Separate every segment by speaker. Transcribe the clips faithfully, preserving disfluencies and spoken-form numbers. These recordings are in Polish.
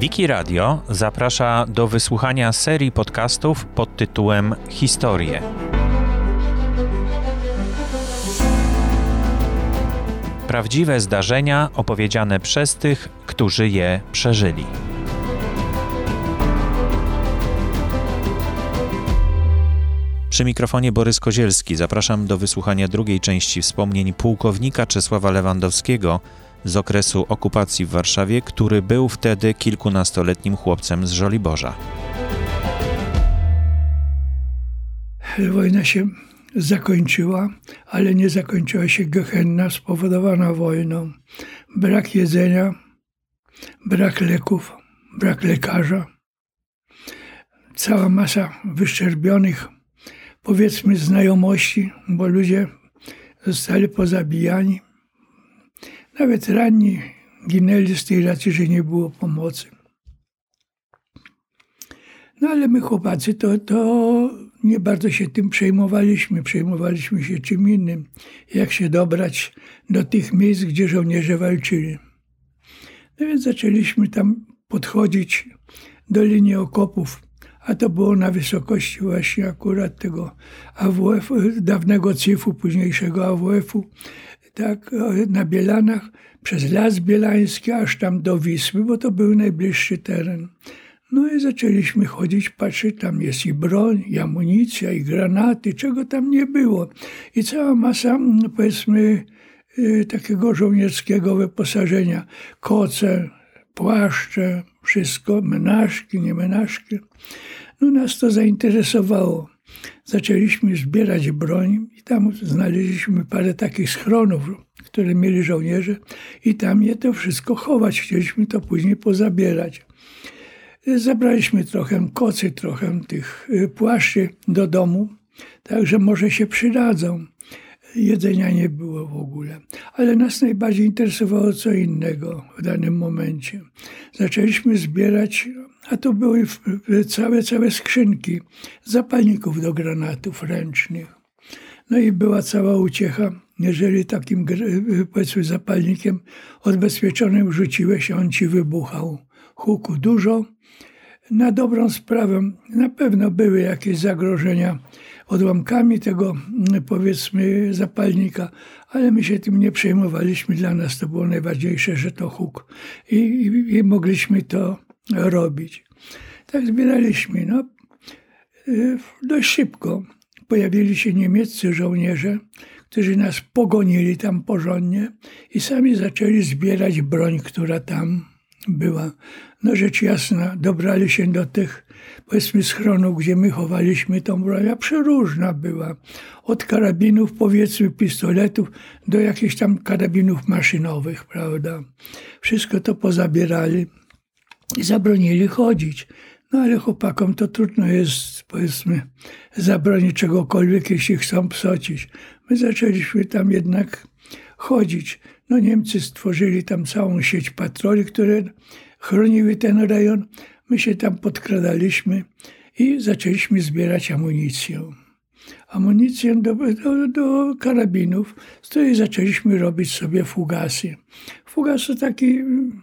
Speaker 1: Wiki Radio zaprasza do wysłuchania serii podcastów pod tytułem Historie. Prawdziwe zdarzenia opowiedziane przez tych, którzy je przeżyli. Przy mikrofonie Borys Kozielski zapraszam do wysłuchania drugiej części wspomnień pułkownika Czesława Lewandowskiego z okresu okupacji w Warszawie, który był wtedy kilkunastoletnim chłopcem z Żoliborza.
Speaker 2: Wojna się zakończyła, ale nie zakończyła się gehenna spowodowana wojną. Brak jedzenia, brak leków, brak lekarza. Cała masa wyszczerbionych, powiedzmy, znajomości, bo ludzie zostali pozabijani. Nawet ranni ginęli z tej racji, że nie było pomocy. No ale my chłopacy to, to nie bardzo się tym przejmowaliśmy. Przejmowaliśmy się czym innym. Jak się dobrać do tych miejsc, gdzie żołnierze walczyli. No więc zaczęliśmy tam podchodzić do linii okopów. A to było na wysokości właśnie akurat tego A W F, dawnego C I F-u, późniejszego A W F-u. Tak, na Bielanach, przez Las Bielański, aż tam do Wisły, bo to był najbliższy teren. No i zaczęliśmy chodzić, patrzeć, tam jest i broń, i amunicja, i granaty, czego tam nie było. I cała masa, powiedzmy, takiego żołnierskiego wyposażenia. Koce, płaszcze, wszystko, menażki, nie menażki. No nas to zainteresowało. Zaczęliśmy zbierać broń i tam znaleźliśmy parę takich schronów, które mieli żołnierze i tam je to wszystko chować. Chcieliśmy to później pozabierać. Zabraliśmy trochę kocy, trochę tych płaszczy do domu, także może się przydadzą. Jedzenia nie było w ogóle. Ale nas najbardziej interesowało co innego w danym momencie. Zaczęliśmy zbierać, a to były całe, całe skrzynki zapalników do granatów ręcznych. No i była cała uciecha, jeżeli takim, powiedzmy, zapalnikiem odbezpieczonym rzuciłeś, on ci wybuchał. Huku dużo. Na dobrą sprawę na pewno były jakieś zagrożenia odłamkami tego, powiedzmy, zapalnika, ale my się tym nie przejmowaliśmy. Dla nas to było najważniejsze, że to huk i, i, i mogliśmy to robić. Tak zbieraliśmy. No, dość szybko pojawili się niemieccy żołnierze, którzy nas pogonili tam porządnie i sami zaczęli zbierać broń, która tam była. No rzecz jasna, dobrali się do tych, powiedzmy, schronów, gdzie my chowaliśmy tą broń, a przeróżna była. Od karabinów, powiedzmy, pistoletów, do jakichś tam karabinów maszynowych, prawda. Wszystko to pozabierali i zabronili chodzić. No ale chłopakom to trudno jest, powiedzmy, zabronić czegokolwiek, jeśli chcą psocić. My zaczęliśmy tam jednak chodzić. No Niemcy stworzyli tam całą sieć patroli, które chroniły ten rejon. My się tam podkradaliśmy i zaczęliśmy zbierać amunicję. Amunicję do, do, do karabinów, z której zaczęliśmy robić sobie fugasy. Fugas to taki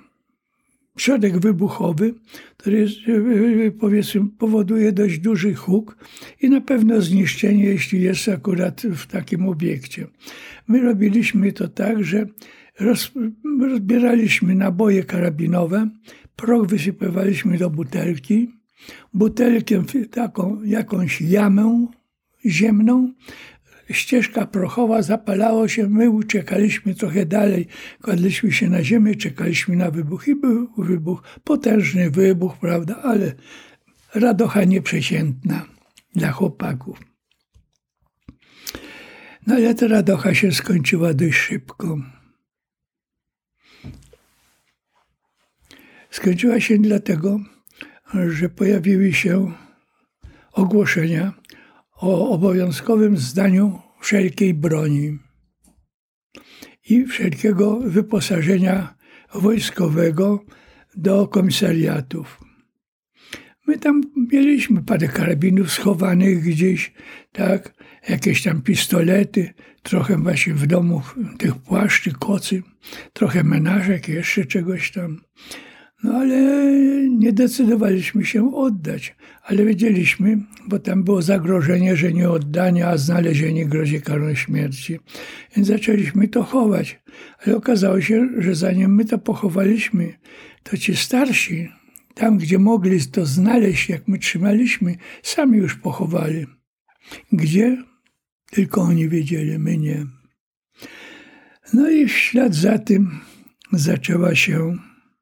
Speaker 2: środek wybuchowy, który, powiedzmy, powoduje dość duży huk i na pewno zniszczenie, jeśli jest akurat w takim obiekcie. My robiliśmy to tak, że roz, rozbieraliśmy naboje karabinowe, proch wysypywaliśmy do butelki, butelkę taką jakąś jamę ziemną, ścieżka prochowa, zapalało się, my uciekaliśmy trochę dalej, kładliśmy się na ziemię, czekaliśmy na wybuch i był wybuch, potężny wybuch, prawda, ale radocha nieprzeciętna dla chłopaków. No ale ta radocha się skończyła dość szybko. Skończyła się dlatego, że pojawiły się ogłoszenia o obowiązkowym zdaniu wszelkiej broni i wszelkiego wyposażenia wojskowego do komisariatów. My tam mieliśmy parę karabinów schowanych gdzieś, tak, jakieś tam pistolety, trochę właśnie w domu tych płaszczy, kocy, trochę menażek, jeszcze czegoś tam. No ale nie decydowaliśmy się oddać, ale wiedzieliśmy, bo tam było zagrożenie, że nie oddanie, a znalezienie grozi karą śmierci. Więc zaczęliśmy to chować. Ale okazało się, że zanim my to pochowaliśmy, to ci starsi, tam gdzie mogli to znaleźć, jak my trzymaliśmy, sami już pochowali. Gdzie? Tylko oni wiedzieli, my nie. No i w ślad za tym zaczęła się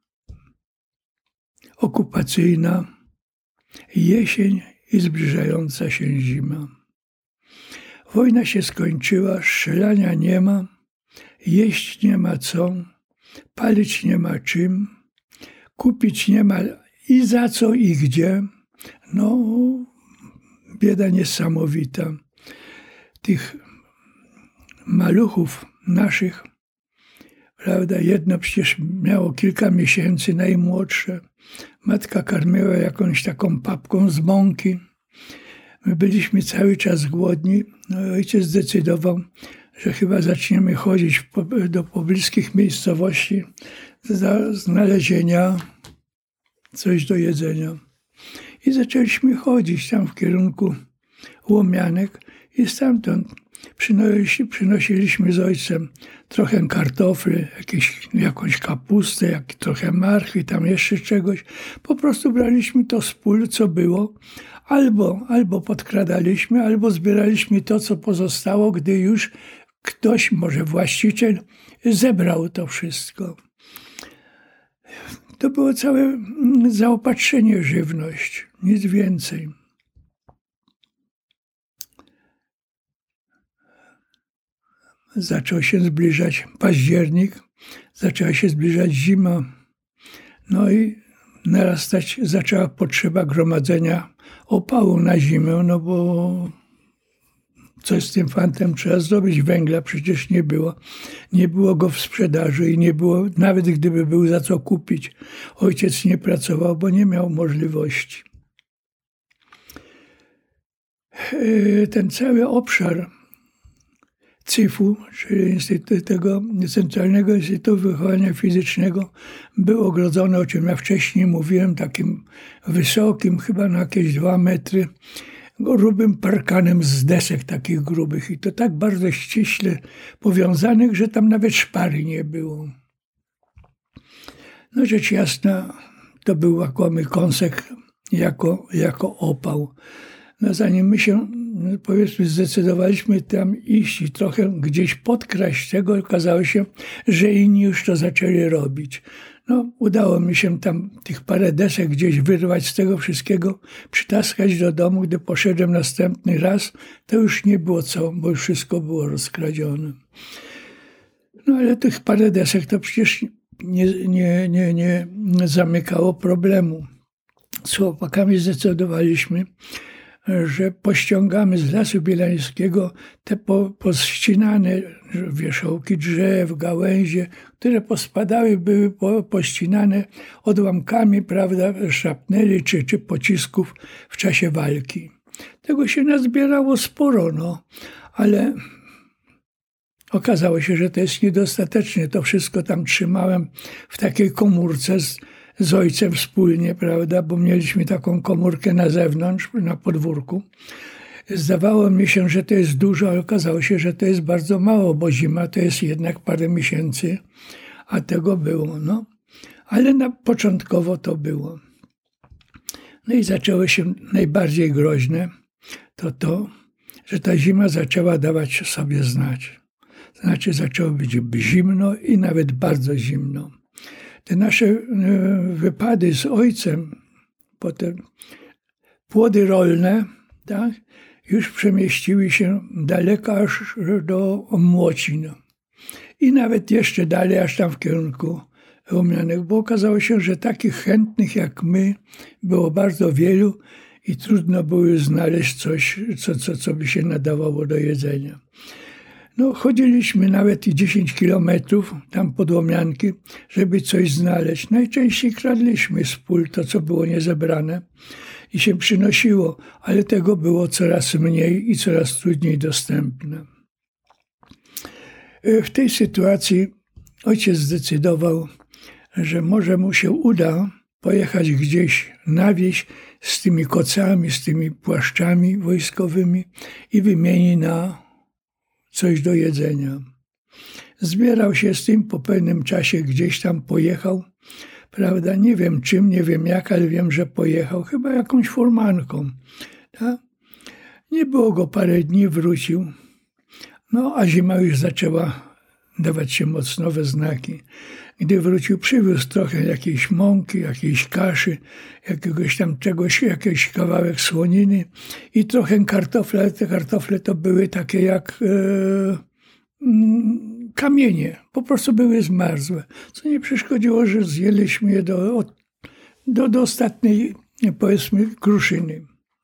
Speaker 2: okupacyjna jesień i zbliżająca się zima. Wojna się skończyła, strzelania nie ma, jeść nie ma co, palić nie ma czym, kupić nie ma i za co i gdzie. No, bieda niesamowita. Tych maluchów naszych, prawda, jedno przecież miało kilka miesięcy, najmłodsze. Matka karmiła jakąś taką papką z mąki. My byliśmy cały czas głodni. No, ojciec zdecydował, że chyba zaczniemy chodzić po, do pobliskich miejscowości dla znalezienia coś do jedzenia. I zaczęliśmy chodzić tam w kierunku Łomianek i stamtąd przynosiliśmy, przynosiliśmy z ojcem trochę kartofli, jakieś, jakąś kapustę, jak, trochę marchwi, tam jeszcze czegoś. Po prostu braliśmy to z pól, co było, albo, albo podkradaliśmy, albo zbieraliśmy to, co pozostało, gdy już ktoś, może właściciel, zebrał to wszystko. To było całe zaopatrzenie w żywność, nic więcej. Zaczął się zbliżać październik, zaczęła się zbliżać zima. No i narastać zaczęła potrzeba gromadzenia opału na zimę, no bo coś z tym fantem trzeba zrobić. Węgla przecież nie było. Nie było go w sprzedaży i nie było, nawet gdyby był za co kupić. Ojciec nie pracował, bo nie miał możliwości. Ten cały obszar C I F-u, czyli Instytutu, tego Centralnego Instytutu Wychowania Fizycznego, był ogrodzony, o czym ja wcześniej mówiłem, takim wysokim, chyba na jakieś dwa metry, grubym parkanem z desek takich grubych. I to tak bardzo ściśle powiązanych, że tam nawet szpary nie było. No rzecz jasna, to był łakomy kąsek jako, jako opał. No zanim my się, powiedzmy, zdecydowaliśmy tam iść i trochę gdzieś podkraść tego, okazało się, że inni już to zaczęli robić. No, udało mi się tam tych parę desek gdzieś wyrwać z tego wszystkiego, przytaskać do domu. Gdy poszedłem następny raz, to już nie było co, bo już wszystko było rozkradzione. No ale tych parę desek to przecież nie, nie, nie, nie zamykało problemu. Z chłopakami zdecydowaliśmy, że pościągamy z Lasu Bielańskiego te po, pościnane wierzchołki drzew, gałęzie, które pospadały, były po, pościnane odłamkami, prawda, szrapneli czy, czy pocisków w czasie walki. Tego się nazbierało sporo, no, ale okazało się, że to jest niedostateczne. To wszystko tam trzymałem w takiej komórce z z ojcem wspólnie, prawda, bo mieliśmy taką komórkę na zewnątrz, na podwórku. Zdawało mi się, że to jest dużo, ale okazało się, że to jest bardzo mało, bo zima to jest jednak parę miesięcy, a tego było, no. Ale na, początkowo to było. No i zaczęło się najbardziej groźne, to to, że ta zima zaczęła dawać sobie znać. Znaczy zaczęło być zimno i nawet bardzo zimno. Te nasze wypady z ojcem, potem płody rolne, tak, już przemieściły się daleko aż do Młocin. I nawet jeszcze dalej, aż tam w kierunku Łomianek, bo okazało się, że takich chętnych jak my było bardzo wielu i trudno było znaleźć coś, co, co, co by się nadawało do jedzenia. No, chodziliśmy nawet i dziesięć kilometrów tam pod Łomianki, żeby coś znaleźć. Najczęściej kradliśmy z pól to, co było niezebrane i się przynosiło, ale tego było coraz mniej i coraz trudniej dostępne. W tej sytuacji ojciec zdecydował, że może mu się uda pojechać gdzieś na wieś z tymi kocami, z tymi płaszczami wojskowymi i wymienić na coś do jedzenia. Zbierał się z tym, po pewnym czasie gdzieś tam pojechał, prawda, nie wiem czym, nie wiem jak, ale wiem, że pojechał, chyba jakąś furmanką. Tak? Nie było go parę dni, wrócił, no a zima już zaczęła dawać się mocno we znaki. Gdy wrócił, przywiózł trochę jakiejś mąki, jakiejś kaszy, jakiegoś tam czegoś, jakiś kawałek słoniny i trochę kartofle, ale te kartofle to były takie jak e, mm, kamienie, po prostu były zmarzłe, co nie przeszkodziło, że zjedliśmy je do, do, do ostatniej, powiedzmy, kruszyny.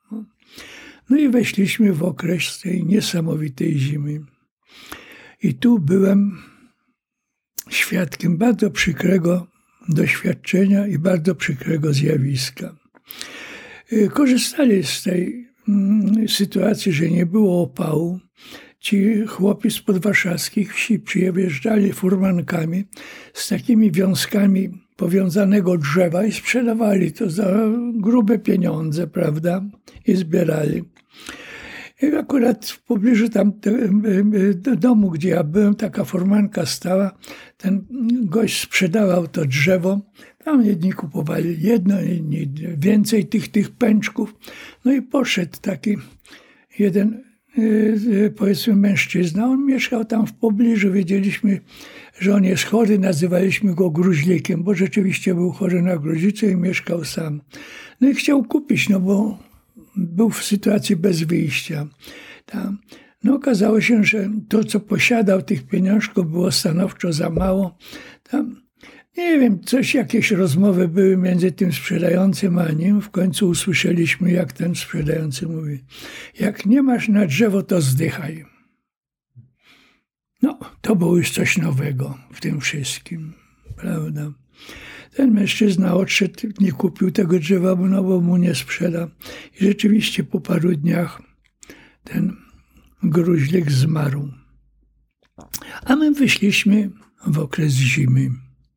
Speaker 2: No i weszliśmy w okres tej niesamowitej zimy. I tu byłem świadkiem bardzo przykrego doświadczenia i bardzo przykrego zjawiska. Korzystali z tej sytuacji, że nie było opału. Ci chłopi z podwarszawskich wsi przyjeżdżali furmankami z takimi wiązkami powiązanego drzewa i sprzedawali to za grube pieniądze, prawda? I zbierali. I akurat w pobliżu tam do domu, gdzie ja byłem, taka furmanka stała. Ten gość sprzedawał to drzewo. Tam jedni kupowali jedno, inni więcej tych, tych pęczków. No i poszedł taki jeden, powiedzmy, mężczyzna. On mieszkał tam w pobliżu. Wiedzieliśmy, że on jest chory. Nazywaliśmy go gruźlikiem, bo rzeczywiście był chory na gruźlicę i mieszkał sam. No i chciał kupić, no bo był w sytuacji bez wyjścia. Tam. No okazało się, że to, co posiadał, tych pieniążków było stanowczo za mało. Tam, nie wiem, coś, jakieś rozmowy były między tym sprzedającym a nim. W końcu usłyszeliśmy, jak ten sprzedający mówi: jak nie masz na drzewo, to zdychaj. No, to było już coś nowego w tym wszystkim, prawda? Ten mężczyzna odszedł, nie kupił tego drzewa, no bo mu nie sprzeda. I rzeczywiście po paru dniach ten gruźlik zmarł. A my wyszliśmy w okres zimy.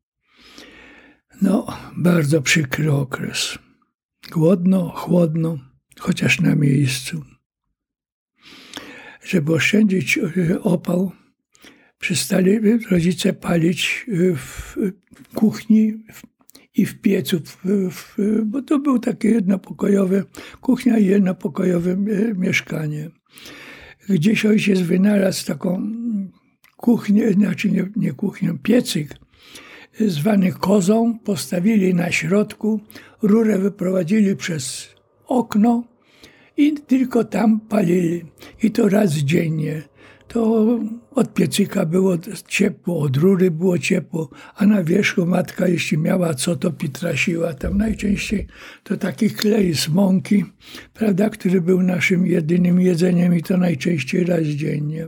Speaker 2: No, bardzo przykry okres. Głodno, chłodno, chociaż na miejscu. Żeby oszczędzić opał, przestali rodzice palić w kuchni i w piecu, w, w, bo to był takie jednopokojowe, kuchnia i jednopokojowe mieszkanie. Gdzieś ojciec wynalazł taką kuchnię, znaczy nie, nie kuchnię, piecyk zwany kozą, postawili na środku, rurę wyprowadzili przez okno i tylko tam palili. I to raz dziennie. To od piecyka było ciepło, od rury było ciepło, a na wierzchu matka, jeśli miała co, to pitrasiła. Tam najczęściej to taki klej z mąki, prawda, który był naszym jedynym jedzeniem i to najczęściej raz dziennie.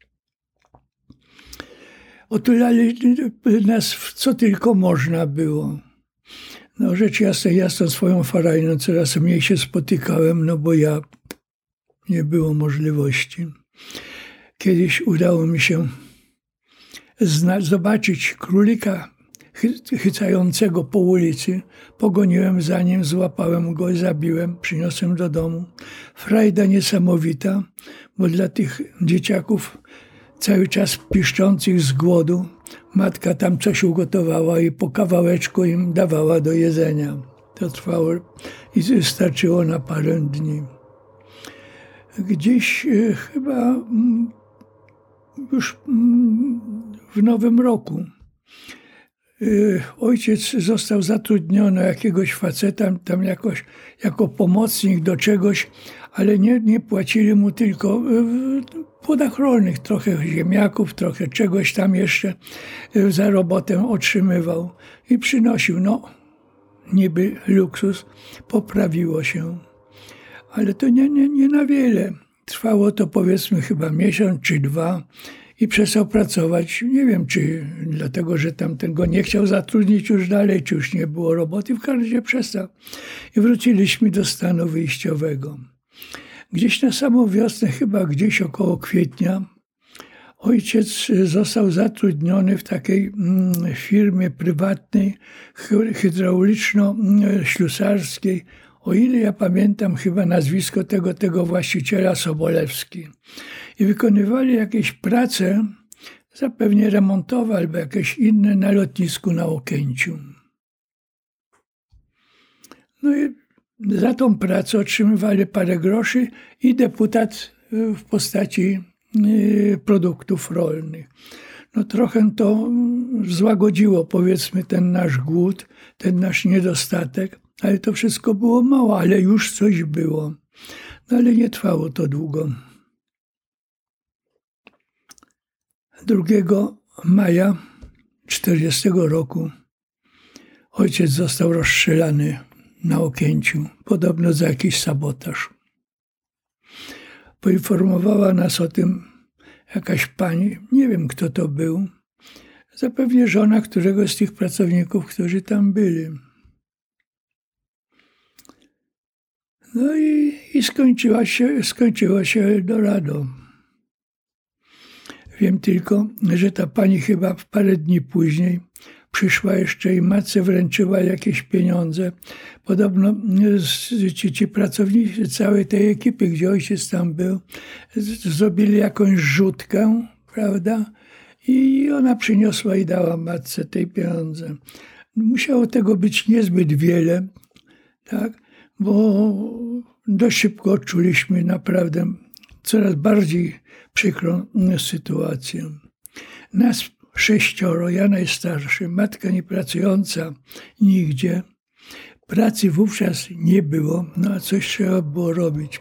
Speaker 2: Otulali nas w co tylko można było. No rzecz jasna, ja z tą swoją farajną coraz mniej się spotykałem, no bo ja nie było możliwości. Kiedyś udało mi się zna- zobaczyć królika chy- chycającego po ulicy. Pogoniłem za nim, złapałem go, zabiłem, przyniosłem do domu. Frajda niesamowita, bo dla tych dzieciaków cały czas piszczących z głodu matka tam coś ugotowała i po kawałeczku im dawała do jedzenia. To trwało i starczyło na parę dni. Gdzieś e, chyba m, już m, w nowym roku e, ojciec został zatrudniony jakiegoś faceta tam jakoś jako pomocnik do czegoś, ale nie, nie płacili mu tylko w płodach rolnych, trochę ziemniaków, trochę czegoś tam jeszcze za robotę otrzymywał i przynosił. No, niby luksus, poprawiło się. Ale to nie, nie, nie na wiele. Trwało to powiedzmy chyba miesiąc czy dwa i przestał pracować. Nie wiem, czy dlatego, że tamten go nie chciał zatrudnić już dalej, czy już nie było roboty. W każdym razie przestał. I wróciliśmy do stanu wyjściowego. Gdzieś na samą wiosnę, chyba gdzieś około kwietnia, ojciec został zatrudniony w takiej firmie prywatnej, hydrauliczno-ślusarskiej. O ile ja pamiętam, chyba nazwisko tego, tego właściciela Sobolewski. I wykonywali jakieś prace, zapewne remontowe albo jakieś inne na lotnisku na Okęciu. No i za tą pracę otrzymywali parę groszy i deputat w postaci produktów rolnych. No trochę to złagodziło, powiedzmy, ten nasz głód, ten nasz niedostatek, ale to wszystko było mało, ale już coś było. No ale nie trwało to długo. drugiego maja tysiąc dziewięćset czterdziestego roku ojciec został rozstrzelany na Okęciu, podobno za jakiś sabotaż. Poinformowała nas o tym jakaś pani, nie wiem kto to był, zapewne żona któregoś z tych pracowników, którzy tam byli. No i, i skończyła się, skończyło się Eldorado. Wiem tylko, że ta pani chyba parę dni później przyszła jeszcze i matce wręczyła jakieś pieniądze. Podobno ci, ci pracownicy całej tej ekipy, gdzie ojciec tam był, zrobili jakąś rzutkę, prawda? I ona przyniosła i dała matce tej pieniądze. Musiało tego być niezbyt wiele, tak? Bo dość szybko odczuliśmy naprawdę coraz bardziej przykrą sytuację. Nas sześcioro, ja najstarszy, matka niepracująca nigdzie. Pracy wówczas nie było, no a coś trzeba było robić.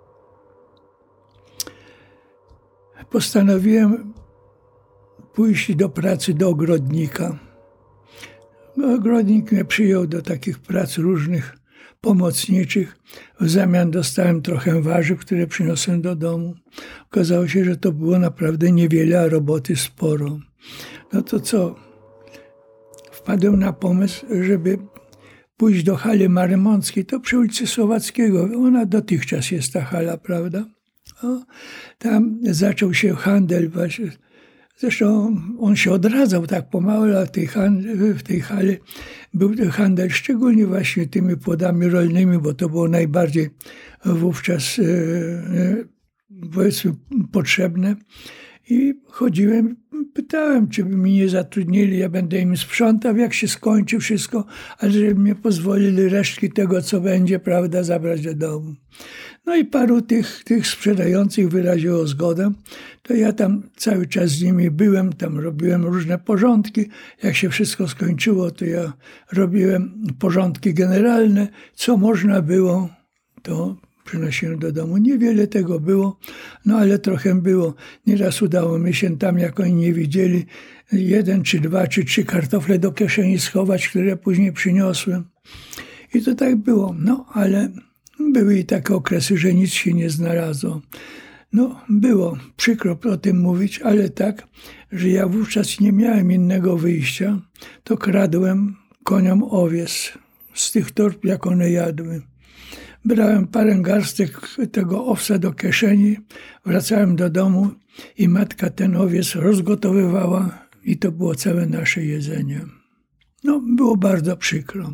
Speaker 2: Postanowiłem pójść do pracy do ogrodnika. No, ogrodnik mnie przyjął do takich prac różnych, pomocniczych. W zamian dostałem trochę warzyw, które przyniosłem do domu. Okazało się, że to było naprawdę niewiele, a roboty sporo. No to co? Wpadłem na pomysł, żeby pójść do hali marymonckiej, to przy ulicy Słowackiego. Ona dotychczas jest ta hala, prawda? O, tam zaczął się handel właśnie. Zresztą on się odradzał tak pomału, ale w tej, handel, w tej hali był handel szczególnie właśnie tymi płodami rolnymi, bo to było najbardziej wówczas e, powiedzmy potrzebne. I chodziłem, pytałem, czy by mi nie zatrudnili, ja będę im sprzątał, jak się skończy wszystko, ale żeby mnie pozwolili resztki tego, co będzie, prawda, zabrać do domu. No i paru tych, tych sprzedających wyraziło zgodę, to ja tam cały czas z nimi byłem, tam robiłem różne porządki. Jak się wszystko skończyło, to ja robiłem porządki generalne, co można było, to przynosiłem do domu. Niewiele tego było, no ale trochę było. Nieraz udało mi się tam, jak oni nie widzieli, jeden czy dwa czy trzy kartofle do kieszeni schować, które później przyniosłem. I to tak było. No ale były i takie okresy, że nic się nie znalazło. No było przykro o tym mówić, ale tak, że ja wówczas nie miałem innego wyjścia, to kradłem koniom owiec z tych torb, jak one jadły. Brałem parę garstek tego owsa do kieszeni, wracałem do domu i matka ten owiec rozgotowywała i to było całe nasze jedzenie. No, było bardzo przykro.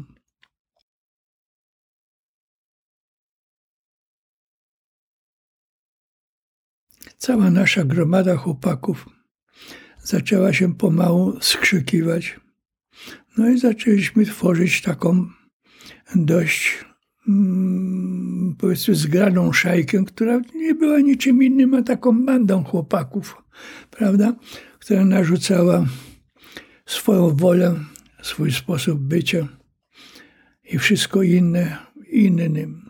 Speaker 2: Cała nasza gromada chłopaków zaczęła się pomału skrzykiwać. No i zaczęliśmy tworzyć taką dość powiedzmy zgraną szajkę, która nie była niczym innym, a taką bandą chłopaków, prawda, która narzucała swoją wolę, swój sposób bycia i wszystko inne innym.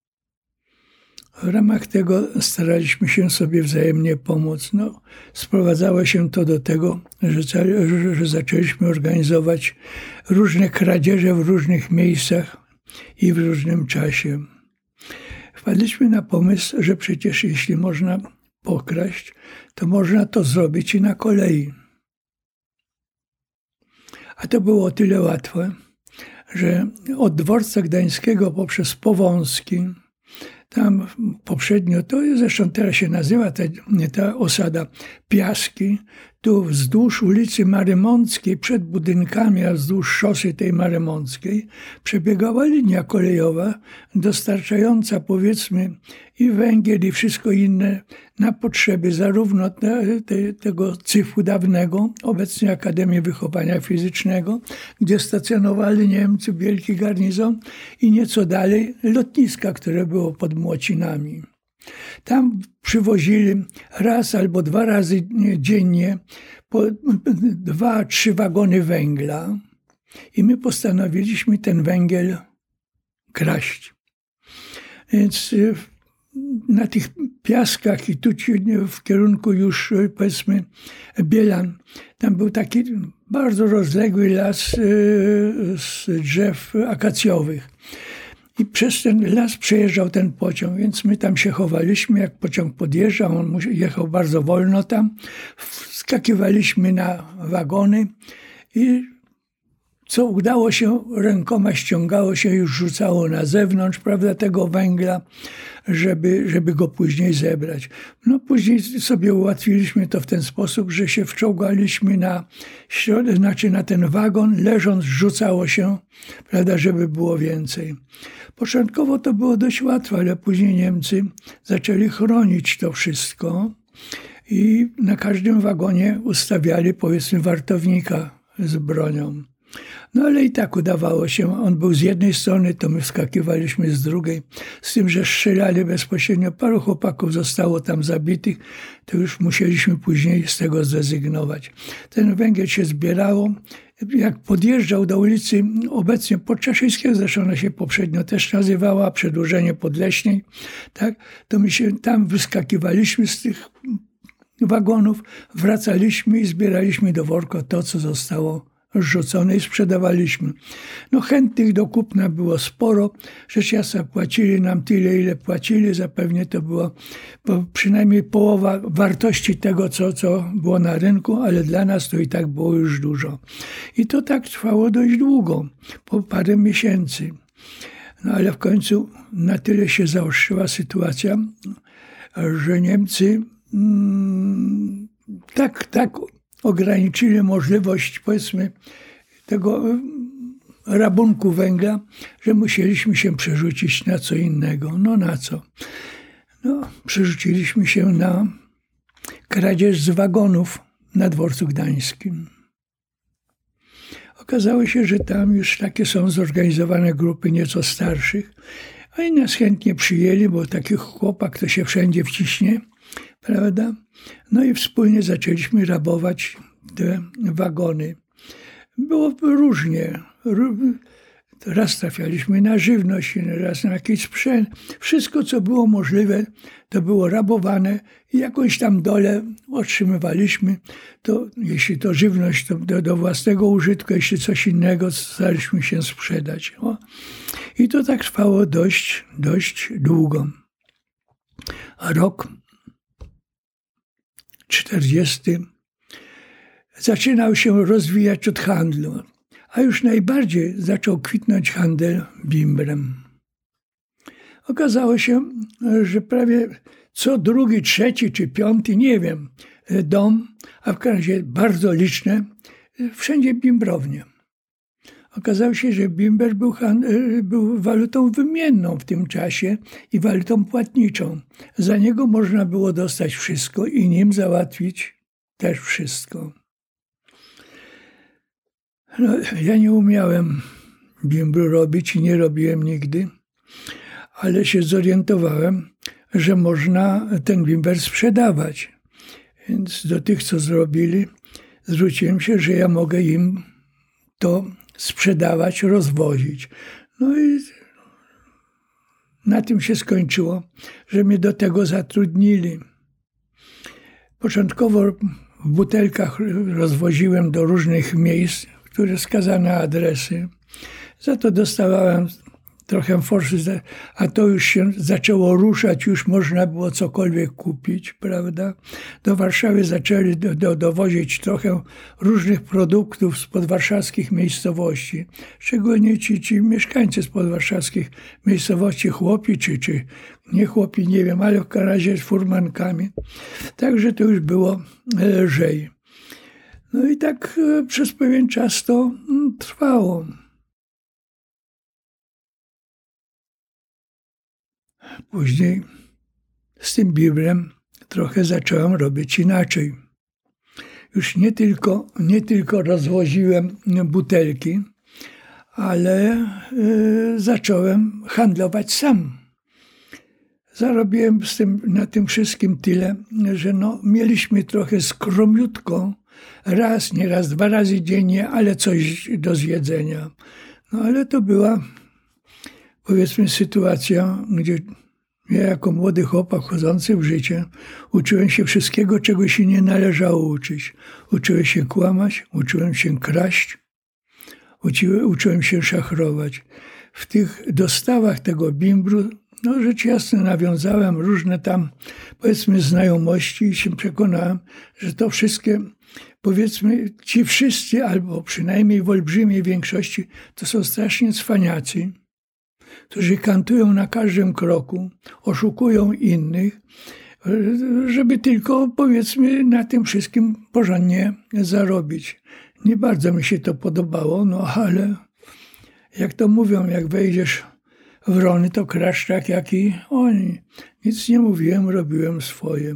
Speaker 2: W ramach tego staraliśmy się sobie wzajemnie pomóc. No, sprowadzało się to do tego, że, że, że zaczęliśmy organizować różne kradzieże w różnych miejscach i w różnym czasie. Wpadliśmy na pomysł, że przecież jeśli można pokraść, to można to zrobić i na kolei. A to było o tyle łatwe, że od dworca gdańskiego poprzez Powązki Tam poprzednio, to zresztą teraz się nazywa ta, ta osada Piaski, tu wzdłuż ulicy Marymąckiej, przed budynkami, a wzdłuż szosy tej Marymąckiej przebiegała linia kolejowa dostarczająca, powiedzmy, i węgiel, i wszystko inne na potrzeby zarówno te, te, tego cyfu dawnego, obecnie Akademii Wychowania Fizycznego, gdzie stacjonowali Niemcy, wielki garnizon, i nieco dalej lotniska, które było pod Młocinami. Tam przywozili raz albo dwa razy dziennie po dwa, trzy wagony węgla i my postanowiliśmy ten węgiel kraść. Więc na tych Piaskach i tu w kierunku już, powiedzmy, Bielan, tam był taki bardzo rozległy las z drzew akacjowych. I przez ten las przejeżdżał ten pociąg, więc my tam się chowaliśmy. Jak pociąg podjeżdżał, on jechał bardzo wolno tam, wskakiwaliśmy na wagony i co udało się, rękoma ściągało się, już rzucało na zewnątrz, prawda, tego węgla, żeby, żeby go później zebrać. No później sobie ułatwiliśmy to w ten sposób, że się wczołgaliśmy na środek, znaczy na ten wagon, leżąc rzucało się, prawda, żeby było więcej. Początkowo to było dość łatwo, ale później Niemcy zaczęli chronić to wszystko i na każdym wagonie ustawiali, powiedzmy, wartownika z bronią. No ale i tak udawało się. On był z jednej strony, to my wskakiwaliśmy z drugiej. Z tym, że strzelali bezpośrednio. Paru chłopaków zostało tam zabitych, to już musieliśmy później z tego zrezygnować. Ten węgiel się zbierało. Jak podjeżdżał do ulicy obecnie Podczaszyńskiego, zresztą ona się poprzednio też nazywała, Przedłużenie Podleśnej, tak, to my się tam wyskakiwaliśmy z tych wagonów, wracaliśmy i zbieraliśmy do worka to, co zostało rzucone i sprzedawaliśmy. No chętnych do kupna było sporo. Rzecz jasna, płacili nam tyle, ile płacili. Zapewne to było przynajmniej połowa wartości tego, co, co było na rynku, ale dla nas to i tak było już dużo. I to tak trwało dość długo, po parę miesięcy. No ale w końcu na tyle się zaostrzyła sytuacja, że Niemcy mm, tak, tak ograniczyli możliwość, powiedzmy, tego rabunku węgla, że musieliśmy się przerzucić na co innego. No na co? No, przerzuciliśmy się na kradzież z wagonów na Dworcu Gdańskim. Okazało się, że tam już takie są zorganizowane grupy nieco starszych, a i nas chętnie przyjęli, bo taki chłopak to się wszędzie wciśnie, prawda? No i wspólnie zaczęliśmy rabować te wagony. Było różnie. Raz trafialiśmy na żywność, raz na jakiś sprzęt. Wszystko, co było możliwe, to było rabowane i jakąś tam dolę otrzymywaliśmy. To, jeśli to żywność, to do, do własnego użytku, jeśli coś innego, staraliśmy się sprzedać. O. I to tak trwało dość, dość długo. A rok czterdziesty zaczynał się rozwijać od handlu, a już najbardziej zaczął kwitnąć handel bimbrem. Okazało się, że prawie co drugi, trzeci czy piąty, nie wiem, dom, a w każdym razie bardzo liczne, wszędzie bimbrownie. Okazało się, że bimber był, był walutą wymienną w tym czasie i walutą płatniczą. Za niego można było dostać wszystko i nim załatwić też wszystko. No, ja nie umiałem bimbru robić i nie robiłem nigdy, ale się zorientowałem, że można ten bimber sprzedawać. Więc do tych, co zrobili, zwróciłem się, że ja mogę im to sprzedawać, rozwozić. No i na tym się skończyło, że mnie do tego zatrudnili. Początkowo w butelkach rozwoziłem do różnych miejsc, które wskazane adresy. Za to dostawałem trochę forsy, a to już się zaczęło ruszać, już można było cokolwiek kupić, prawda? Do Warszawy zaczęli do, do, dowozić trochę różnych produktów z podwarszawskich miejscowości, szczególnie ci, ci mieszkańcy z podwarszawskich miejscowości, chłopi czy, czy nie chłopi, nie wiem, ale w każdym razie z furmankami. Także to już było lżej. No i tak przez pewien czas to trwało. Później z tym biurem trochę zacząłem robić inaczej. Już nie tylko, nie tylko rozwoziłem butelki, ale y, zacząłem handlować sam. Zarobiłem z tym, na tym wszystkim tyle, że no, mieliśmy trochę skromiutko, raz, nie raz, dwa razy dziennie, ale coś do zjedzenia. No ale to była, powiedzmy, sytuacja, gdzie ja jako młody chłopak chodzący w życie uczyłem się wszystkiego, czego się nie należało uczyć. Uczyłem się kłamać, uczyłem się kraść, uczyłem, uczyłem się szachrować. W tych dostawach tego bimbru, no rzecz jasna, nawiązałem różne tam, powiedzmy, znajomości i się przekonałem, że to wszystkie, powiedzmy, ci wszyscy, albo przynajmniej w olbrzymiej większości, to są strasznie cwaniacy, którzy kantują na każdym kroku, oszukują innych, żeby tylko, powiedzmy, na tym wszystkim porządnie zarobić. Nie bardzo mi się to podobało, no ale jak to mówią, jak wejdziesz w rony, to krasz tak jak i oni. Nic nie mówiłem, robiłem swoje.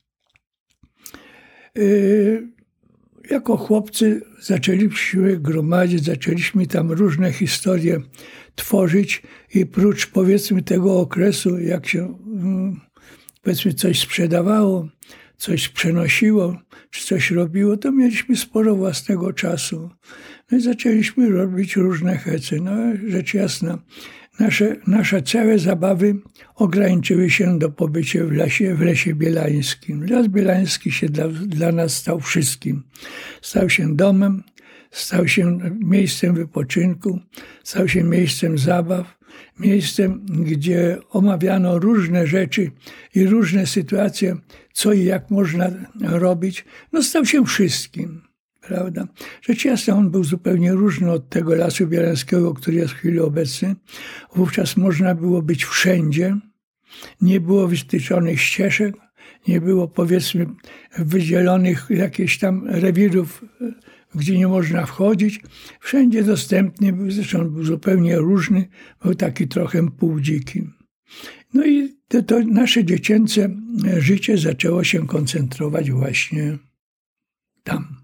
Speaker 2: Yy, jako chłopcy zaczęliśmy gromadzić, zaczęliśmy tam różne historie tworzyć i prócz, powiedzmy, tego okresu, jak się, powiedzmy, coś sprzedawało, coś przenosiło, czy coś robiło, to mieliśmy sporo własnego czasu. No i zaczęliśmy robić różne hece. No rzecz jasna, nasze, nasze całe zabawy ograniczyły się do pobycia w lesie, w lesie bielańskim. Las bielański się dla, dla nas stał wszystkim. Stał się domem, stał się miejscem wypoczynku, stał się miejscem zabaw, miejscem, gdzie omawiano różne rzeczy i różne sytuacje, co i jak można robić. No stał się wszystkim, prawda? Rzecz jasna, on był zupełnie różny od tego Lasu Bielańskiego, który jest w chwili obecnej. Wówczas można było być wszędzie. Nie było wytyczonych ścieżek, nie było, powiedzmy, wydzielonych jakichś tam rewirów, gdzie nie można wchodzić. Wszędzie dostępny był, zresztą był zupełnie różny, był taki trochę półdziki. No i to, to nasze dziecięce życie zaczęło się koncentrować właśnie tam.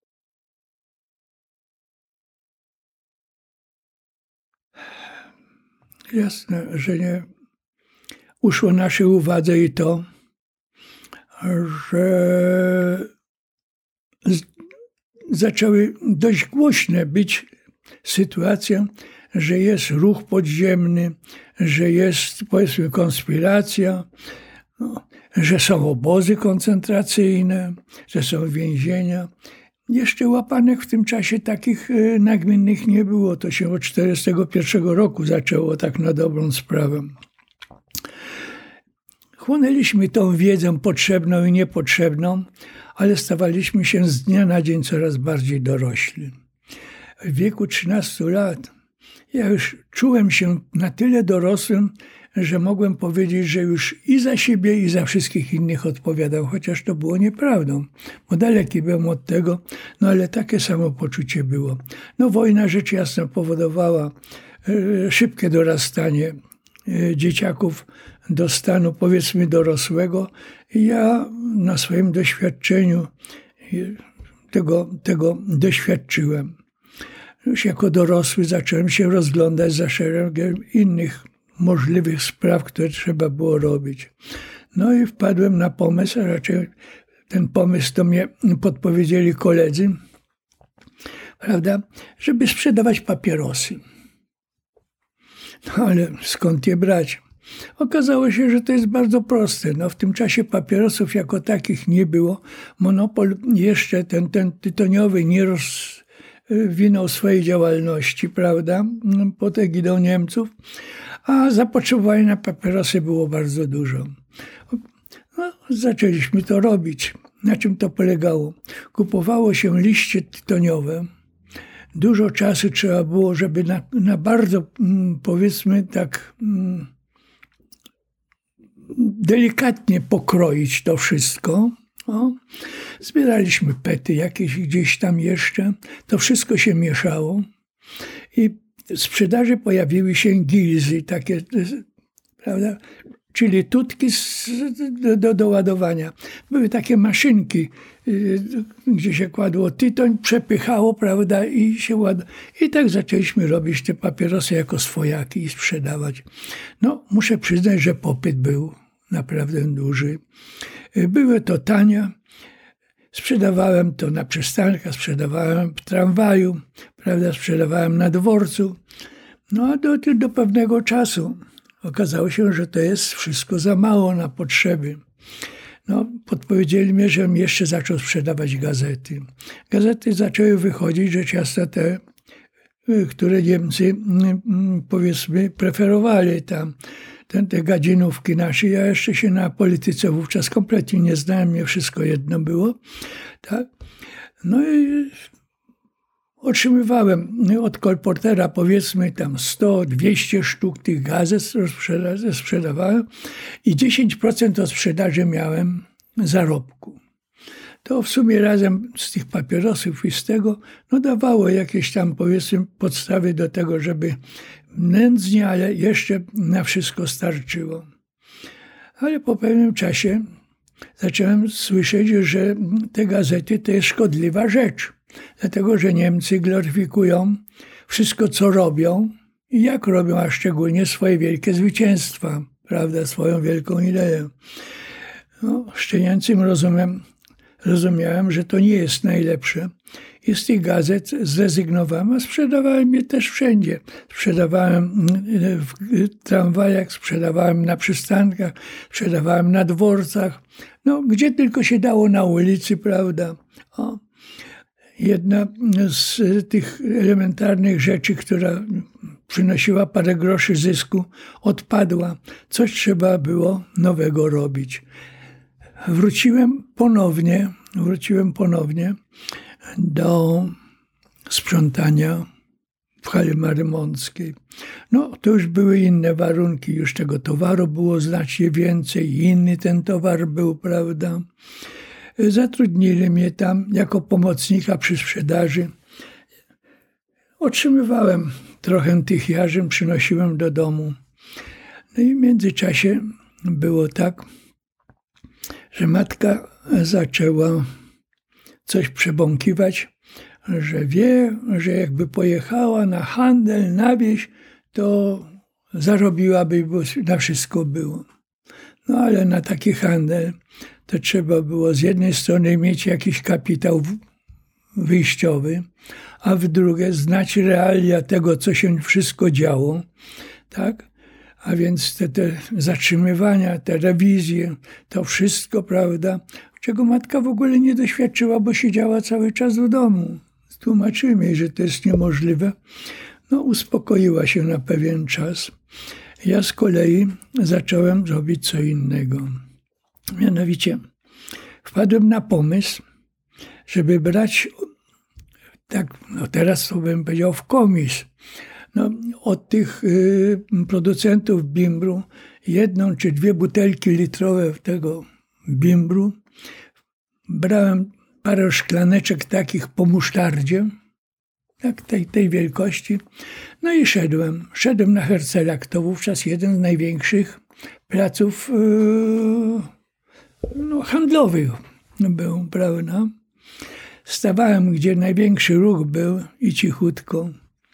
Speaker 2: Jasne, że nie uszło naszej uwadze i to, że zaczęły dość głośne być sytuacje, że jest ruch podziemny, że jest, powiedzmy, konspiracja, no, że są obozy koncentracyjne, że są więzienia. Jeszcze łapanek w tym czasie takich nagminnych nie było. To się od tysiąc dziewięćset czterdziestego pierwszego roku zaczęło, tak na dobrą sprawę. Chłonęliśmy tą wiedzę potrzebną i niepotrzebną, ale stawaliśmy się z dnia na dzień coraz bardziej dorośli. W wieku trzynastu lat ja już czułem się na tyle dorosłym, że mogłem powiedzieć, że już i za siebie, i za wszystkich innych odpowiadał, chociaż to było nieprawdą, bo daleki byłem od tego, no ale takie samo poczucie było. No wojna rzecz jasna powodowała e, szybkie dorastanie e, dzieciaków do stanu, powiedzmy, dorosłego. I ja na swoim doświadczeniu tego, tego doświadczyłem. Już jako dorosły zacząłem się rozglądać za szeregiem innych możliwych spraw, które trzeba było robić. No i wpadłem na pomysł, a raczej ten pomysł to mnie podpowiedzieli koledzy, prawda, żeby sprzedawać papierosy. No ale skąd je brać? Okazało się, że to jest bardzo proste. No, w tym czasie papierosów jako takich nie było. Monopol jeszcze ten, ten tytoniowy nie, roz, winą swojej działalności, prawda, pod egidą Niemców, a zapotrzebowanie na papierosy było bardzo dużo. No, zaczęliśmy to robić. Na czym to polegało? Kupowało się liście tytoniowe. Dużo czasu trzeba było, żeby na, na bardzo, powiedzmy tak, delikatnie pokroić to wszystko. O, zbieraliśmy pety jakieś gdzieś tam jeszcze. To wszystko się mieszało. I w sprzedaży pojawiły się gilzy, takie, prawda, czyli tutki z, do, do, do ładowania. Były takie maszynki, gdzie się kładło tytoń, przepychało, prawda, i się ładowało. I tak zaczęliśmy robić te papierosy jako swojaki i sprzedawać. No, muszę przyznać, że popyt był naprawdę duży. Były to tanie. Sprzedawałem to na przystankach, sprzedawałem w tramwaju, prawda, sprzedawałem na dworcu. No a do, do pewnego czasu okazało się, że to jest wszystko za mało na potrzeby. No, podpowiedzieli mi, żebym jeszcze zaczął sprzedawać gazety. Gazety zaczęły wychodzić, rzecz jasna te, które Niemcy, powiedzmy, preferowali tam. Ten, te gadzinówki nasze. Ja jeszcze się na polityce wówczas kompletnie nie znałem, mnie wszystko jedno było. Tak? No i otrzymywałem od kolportera, powiedzmy tam sto dwieście sztuk tych gazet sprzedawałem i dziesięć procent od sprzedaży miałem zarobku. To w sumie razem z tych papierosów i z tego no dawało jakieś tam, powiedzmy, podstawy do tego, żeby nędznie, ale jeszcze na wszystko starczyło. Ale po pewnym czasie zacząłem słyszeć, że te gazety to jest szkodliwa rzecz. Dlatego, że Niemcy gloryfikują wszystko, co robią i jak robią, a szczególnie swoje wielkie zwycięstwa, prawda, swoją wielką ideę. No, szczenięcym rozumiem, rozumiałem, że to nie jest najlepsze. I z tych gazet zrezygnowałem, a sprzedawałem je też wszędzie. Sprzedawałem w tramwajach, sprzedawałem na przystankach, sprzedawałem na dworcach. No, gdzie tylko się dało na ulicy, prawda. O. Jedna z tych elementarnych rzeczy, która przynosiła parę groszy zysku, odpadła. Coś trzeba było nowego robić. Wróciłem ponownie, wróciłem ponownie do sprzątania w hali marymonckiej. No, to już były inne warunki, już tego towaru było znacznie więcej, inny ten towar był, prawda. Zatrudnili mnie tam jako pomocnika przy sprzedaży. Otrzymywałem trochę tych jarzyn, przynosiłem do domu. No i w międzyczasie było tak, że matka zaczęła coś przebąkiwać, że wie, że jakby pojechała na handel, na wieś, to zarobiłaby, bo na wszystko było. No ale na taki handel to trzeba było z jednej strony mieć jakiś kapitał wyjściowy, a w drugie znać realia tego, co się wszystko działo, tak? A więc te, te zatrzymywania, te rewizje, to wszystko, prawda, czego matka w ogóle nie doświadczyła, bo siedziała cały czas w domu. Tłumaczymy jej, że to jest niemożliwe. No, uspokoiła się na pewien czas. Ja z kolei zacząłem robić co innego. Mianowicie wpadłem na pomysł, żeby brać, tak, no teraz to bym powiedział, w komis, no, od tych y, producentów bimbru jedną czy dwie butelki litrowe tego bimbru. Brałem parę szklaneczek takich po musztardzie, tak, tej, tej wielkości. No i szedłem. Szedłem na Hercelak. To wówczas jeden z największych placów yy, no, handlowych był, prawda. Stawałem, gdzie największy ruch był i cichutko.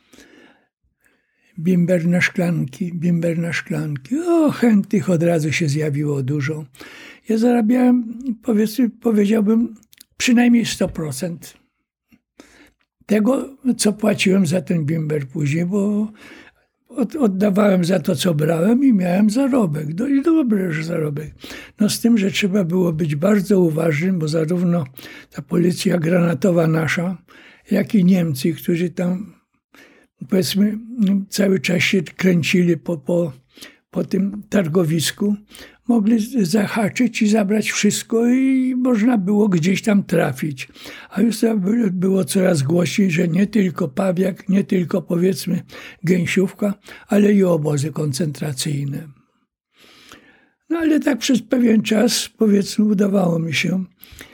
Speaker 2: Bimber na szklanki, bimber na szklanki. O, chętnych od razu się zjawiło dużo. Ja zarabiałem, powiedzmy, powiedziałbym, przynajmniej sto procent tego, co płaciłem za ten bimber później, bo od, oddawałem za to, co brałem i miałem zarobek. No i dobry zarobek. No z tym, że trzeba było być bardzo uważnym, bo zarówno ta policja granatowa nasza, jak i Niemcy, którzy tam, powiedzmy, cały czas się kręcili po, po, po tym targowisku, mogli zahaczyć i zabrać wszystko i można było gdzieś tam trafić. A już było coraz głośniej, że nie tylko Pawiak, nie tylko, powiedzmy, Gęsiówka, ale i obozy koncentracyjne. No ale tak przez pewien czas, powiedzmy, udawało mi się.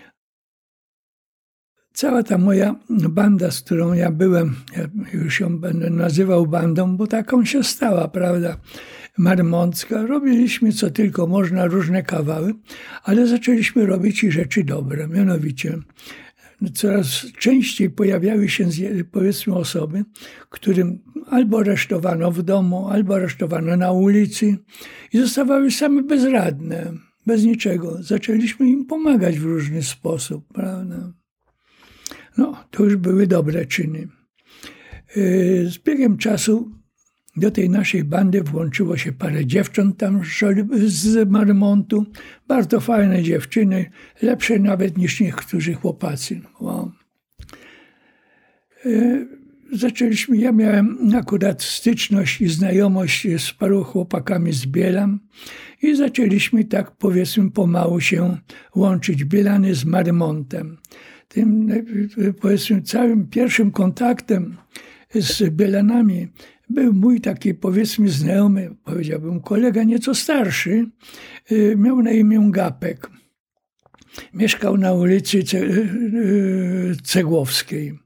Speaker 2: Cała ta moja banda, z którą ja byłem, ja już ją będę nazywał bandą, bo taką się stała, prawda, marmoncka. Robiliśmy co tylko można, różne kawały, ale zaczęliśmy robić i rzeczy dobre. Mianowicie coraz częściej pojawiały się, powiedzmy, osoby, którym albo aresztowano w domu, albo aresztowano na ulicy i zostawały same bezradne, bez niczego. Zaczęliśmy im pomagać w różny sposób, prawda. No, to już były dobre czyny. Z biegiem czasu do tej naszej bandy włączyło się parę dziewcząt tam z Marmontu. Bardzo fajne dziewczyny, lepsze nawet niż niektórzy chłopacy. Wow. Zaczęliśmy, ja miałem akurat styczność i znajomość z paru chłopakami z Bielan i zaczęliśmy tak, powiedzmy, pomału się łączyć Bielany z Marmontem. Tym, powiedzmy, całym pierwszym kontaktem z Bielanami był mój taki, powiedzmy, znajomy, powiedziałbym, kolega nieco starszy, miał na imię Gapek. Mieszkał na ulicy Cegłowskiej.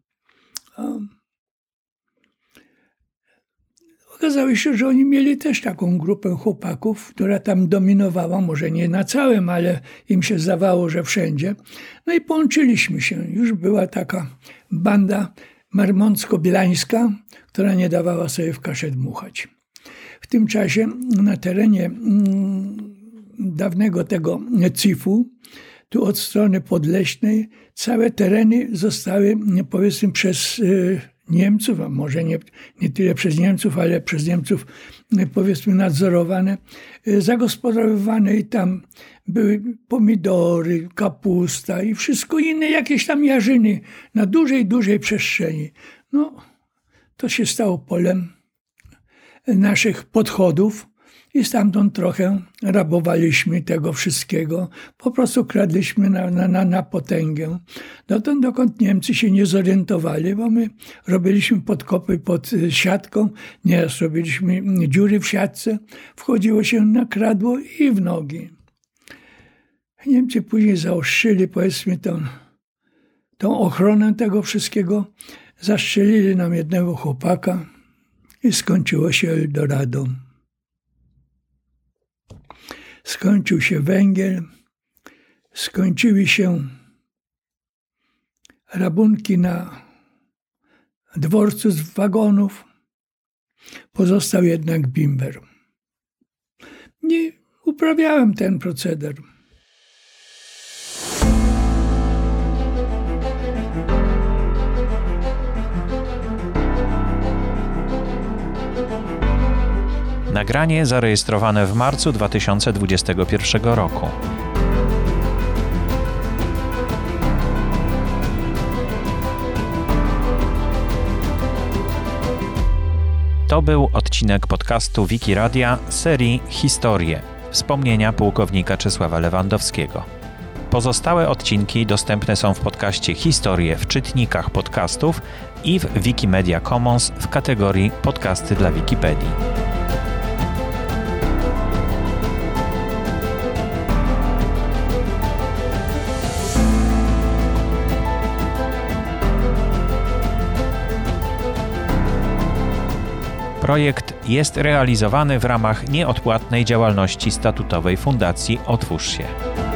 Speaker 2: Okazało się, że oni mieli też taką grupę chłopaków, która tam dominowała, może nie na całym, ale im się zdawało, że wszędzie. No i połączyliśmy się. Już była taka banda marmoncko-bielańska, która nie dawała sobie w kaszę dmuchać. W tym czasie na terenie mm, dawnego tego C I F-u, tu od strony Podleśnej, całe tereny zostały, powiedzmy, przez y, Niemców, a może nie, nie tyle przez Niemców, ale przez Niemców, powiedzmy, nadzorowane, zagospodarowywane i tam były pomidory, kapusta i wszystko inne, jakieś tam jarzyny na dużej, dużej przestrzeni. No, to się stało polem naszych podchodów i stamtąd trochę rabowaliśmy tego wszystkiego. Po prostu kradliśmy na, na, na potęgę. Dotąd, dokąd Niemcy się nie zorientowali, bo my robiliśmy podkopy pod siatką, nieraz robiliśmy dziury w siatce, wchodziło się na kradło i w nogi. Niemcy później zaostrzyli, powiedzmy, tą, tą ochronę tego wszystkiego, zastrzelili nam jednego chłopaka i skończyło się Eldorado. Skończył się węgiel, skończyły się rabunki na dworcu z wagonów, pozostał jednak bimber. Nie uprawiałem ten proceder.
Speaker 1: Nagranie zarejestrowane w marcu dwa tysiące dwudziestego pierwszego roku. To był odcinek podcastu Wikiradia serii Historie. Wspomnienia pułkownika Czesława Lewandowskiego. Pozostałe odcinki dostępne są w podcaście Historie w czytnikach podcastów i w Wikimedia Commons w kategorii Podcasty dla Wikipedii. Projekt jest realizowany w ramach nieodpłatnej działalności statutowej Fundacji Otwórz się.